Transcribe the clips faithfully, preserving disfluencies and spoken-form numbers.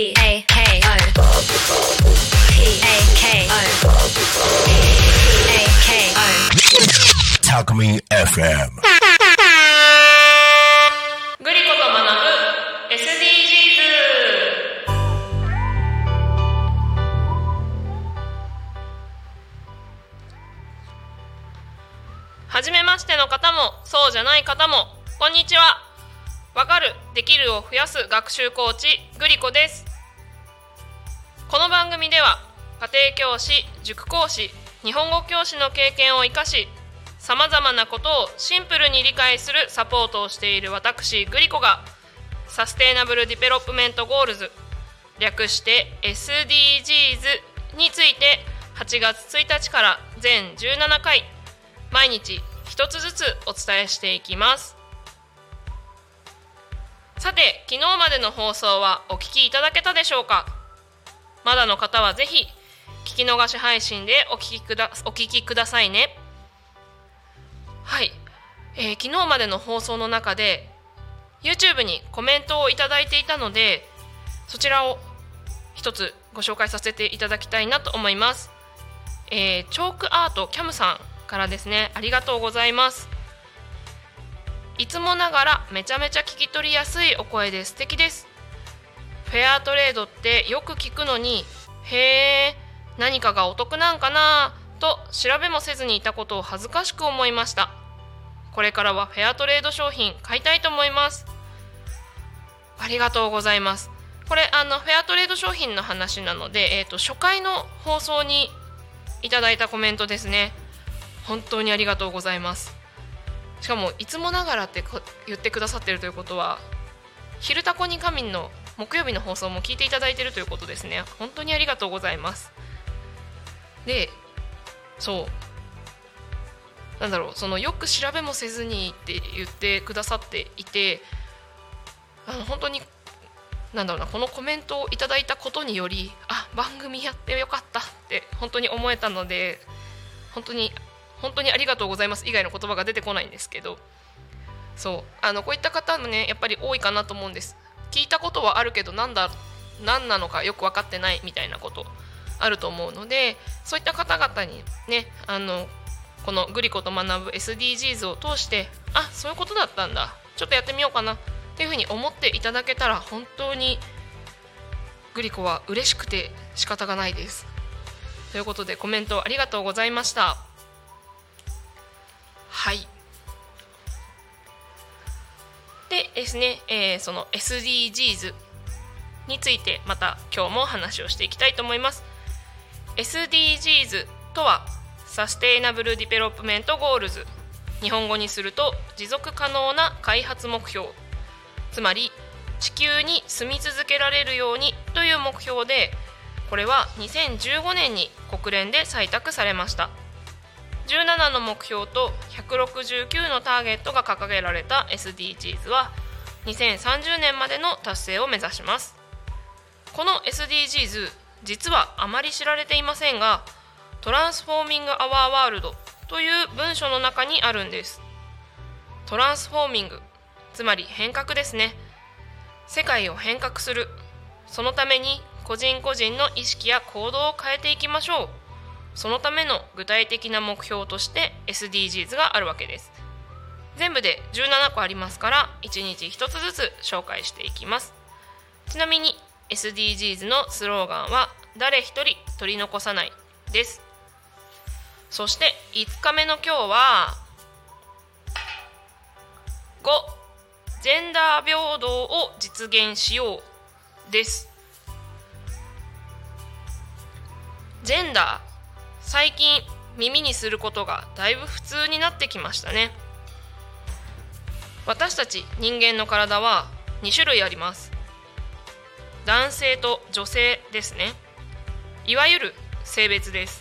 P A K O P A K O P A K O タクミン エフエムグリコと学ぶ エスディージーズ。はじめましての方もそうじゃない方もこんにちは。わかる、できるを増やす学習コーチグリコです。この番組では家庭教師、塾講師、日本語教師の経験を生かし、さまざまなことをシンプルに理解するサポートをしている私グリコが、サステイナブルディベロップメントゴールズ、略して エスディージーズ についてはちがつついたちから全じゅうななかい毎日一つずつお伝えしていきます。さて、昨日までの放送はお聞きいただけたでしょうか。まだの方はぜひ聞き逃し配信でお聞きくだ、お聞きくださいね。はい、えー、昨日までの放送の中で YouTube にコメントをいただいていたので、そちらを一つご紹介させていただきたいなと思います。えー、チョークアートキャムさんからですね、ありがとうございます。いつもながらめちゃめちゃ聞き取りやすいお声で素敵です。フェアトレードってよく聞くのに、へー、何かがお得なんかなと調べもせずにいたことを恥ずかしく思いました。これからはフェアトレード商品買いたいと思います。ありがとうございます。これあのフェアトレード商品の話なので、えーと、初回の放送にいただいたコメントですね。本当にありがとうございます。しかもいつもながらって言ってくださっているということは、昼タコに仮眠の木曜日の放送も聞いていただいているということですね。本当にありがとうございます。で、そうなんだろう、そのよく調べもせずにって言ってくださっていて、あの本当になんだろうな、このコメントをいただいたことにより、あ、番組やってよかったって本当に思えたので、本当に本当にありがとうございます以外の言葉が出てこないんですけど、そうあのこういった方もねやっぱり多いかなと思うんです。聞いたことはあるけどなんだ何なのかよく分かってないみたいなことあると思うので、そういった方々にね、あのこのグリコと学ぶ エスディージーズ を通して、あ、そういうことだったんだ、ちょっとやってみようかなっていうふうに思っていただけたら、本当にグリコは嬉しくて仕方がないです。ということでコメントありがとうございました。はい。でですね、えー、その エスディージーズ についてまた今日も話をしていきたいと思います。 エスディージーズ とはサステイナブルディベロップメントゴールズ、日本語にすると持続可能な開発目標、つまり地球に住み続けられるようにという目標で、これはにせんじゅうごねんに国連で採択されました。じゅうななの目標とひゃくろくじゅうきゅうのターゲットが掲げられた エスディージーズ はにせんさんじゅうねんまでの達成を目指します。この エスディージーズ 実はあまり知られていませんが、トランスフォーミングアワーワールドという文書の中にあるんです。トランスフォーミング、つまり変革ですね。世界を変革する、そのために個人個人の意識や行動を変えていきましょう。そのための具体的な目標として エスディージーズ があるわけです。全部でじゅうななこありますから、いちにちひとつずつ紹介していきます。ちなみに エスディージーズ のスローガンは誰一人取り残さないです。そしていつかめの今日はご、ジェンダー平等を実現しようです。ジェンダー、最近耳にすることがだいぶ普通になってきましたね。私たち人間の体はにしゅるいあります。男性と女性ですね。いわゆる性別です。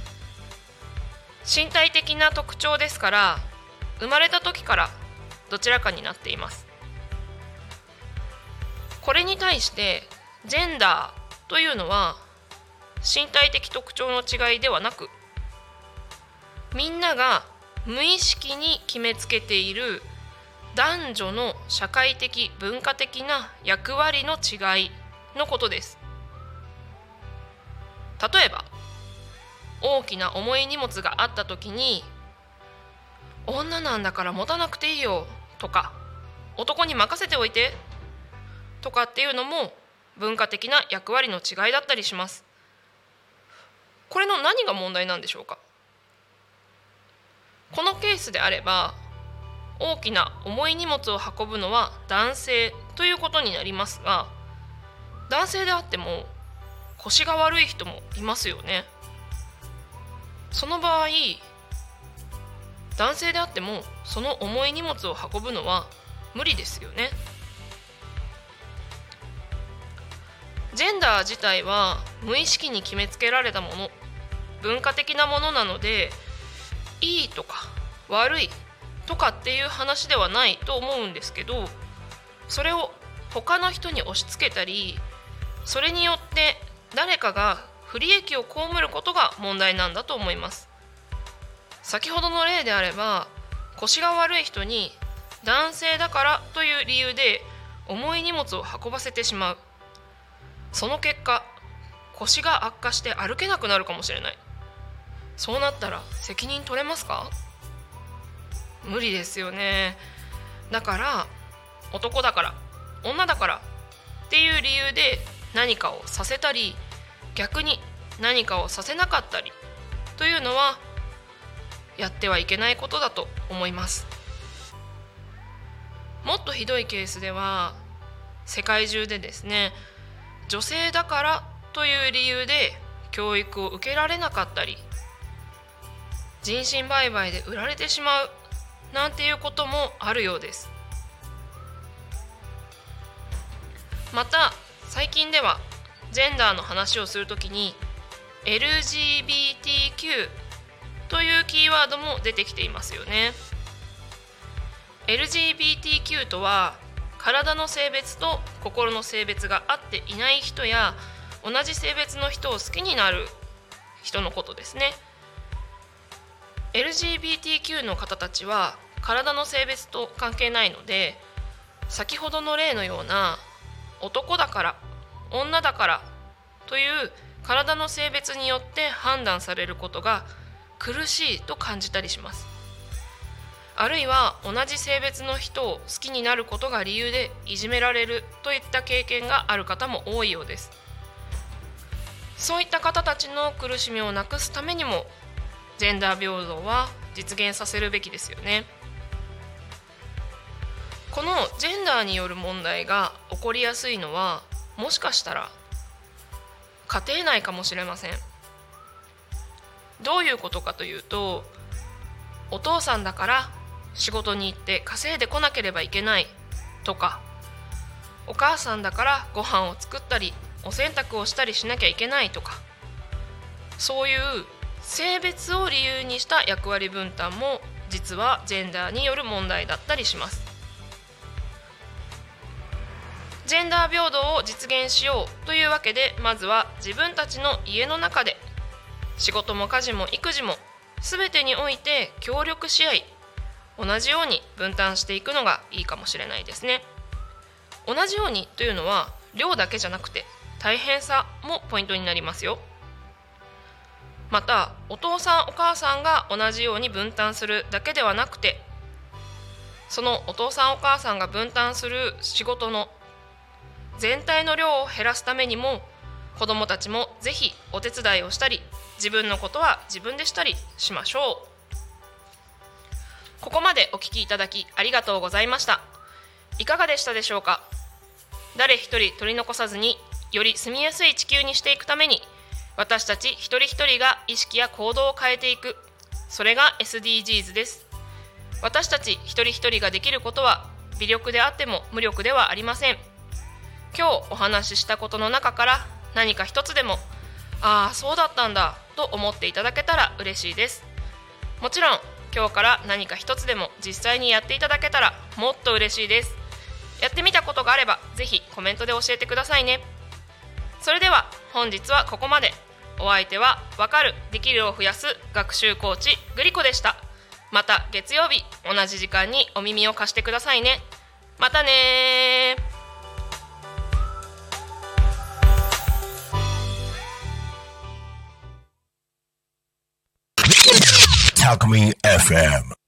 身体的な特徴ですから、生まれた時からどちらかになっています。これに対してジェンダーというのは身体的特徴の違いではなく、みんなが無意識に決めつけている男女の社会的文化的な役割の違いのことです。例えば大きな重い荷物があった時に、女なんだから持たなくていいよとか、男に任せておいてとかっていうのも文化的な役割の違いだったりします。これの何が問題なんでしょうか。このケースであれば、大きな重い荷物を運ぶのは男性ということになりますが、男性であっても腰が悪い人もいますよね。その場合、男性であってもその重い荷物を運ぶのは無理ですよね。ジェンダー自体は無意識に決めつけられたもの、文化的なものなので、いいとか悪いとかっていう話ではないと思うんですけど、それを他の人に押し付けたり、それによって誰かが不利益を被ることが問題なんだと思います。先ほどの例であれば、腰が悪い人に男性だからという理由で重い荷物を運ばせてしまう。その結果、腰が悪化して歩けなくなるかもしれない。そうなったら責任取れますか？無理ですよね。だから男だから女だからっていう理由で何かをさせたり、逆に何かをさせなかったりというのはやってはいけないことだと思います。もっとひどいケースでは、世界中でですね、女性だからという理由で教育を受けられなかったり、人身売買で売られてしまうなんていうこともあるようです。また最近ではジェンダーの話をするときに エルジービーティーキュー というキーワードも出てきていますよね。 エルジービーティーキュー とは、体の性別と心の性別が合っていない人や、同じ性別の人を好きになる人のことですね。 エルジービーティーキュー の方たちは体の性別と関係ないので、先ほどの例のような男だから女だからという体の性別によって判断されることが苦しいと感じたりします。あるいは同じ性別の人を好きになることが理由でいじめられるといった経験がある方も多いようです。そういった方たちの苦しみをなくすためにも、ジェンダー平等は実現させるべきですよね。このジェンダーによる問題が起こりやすいのは、もしかしたら家庭内かもしれません。どういうことかというと、お父さんだから仕事に行って稼いでこなければいけないとか、お母さんだからご飯を作ったりお洗濯をしたりしなきゃいけないとか、そういう性別を理由にした役割分担も実はジェンダーによる問題だったりします。ジェンダー平等を実現しようというわけで、まずは自分たちの家の中で仕事も家事も育児も全てにおいて協力し合い、同じように分担していくのがいいかもしれないですね。同じようにというのは量だけじゃなくて大変さもポイントになりますよ。またお父さんお母さんが同じように分担するだけではなくて、そのお父さんお母さんが分担する仕事の全体の量を減らすためにも、子どもたちもぜひお手伝いをしたり、自分のことは自分でしたりしましょう。ここまでお聞きいただきありがとうございました。いかがでしたでしょうか。誰一人取り残さずに、より住みやすい地球にしていくために、私たち一人一人が意識や行動を変えていく、それが エスディージーズ です。私たち一人一人ができることは、微力であっても無力ではありません。今日お話ししたことの中から何か一つでも、ああそうだったんだと思っていただけたら嬉しいです。もちろん今日から何か一つでも実際にやっていただけたらもっと嬉しいです。やってみたことがあればぜひコメントで教えてくださいね。それでは本日はここまで。お相手はわかる、できるを増やす学習コーチグリコでした。また月曜日同じ時間にお耳を貸してくださいね。またねー。 Talk Me エフエム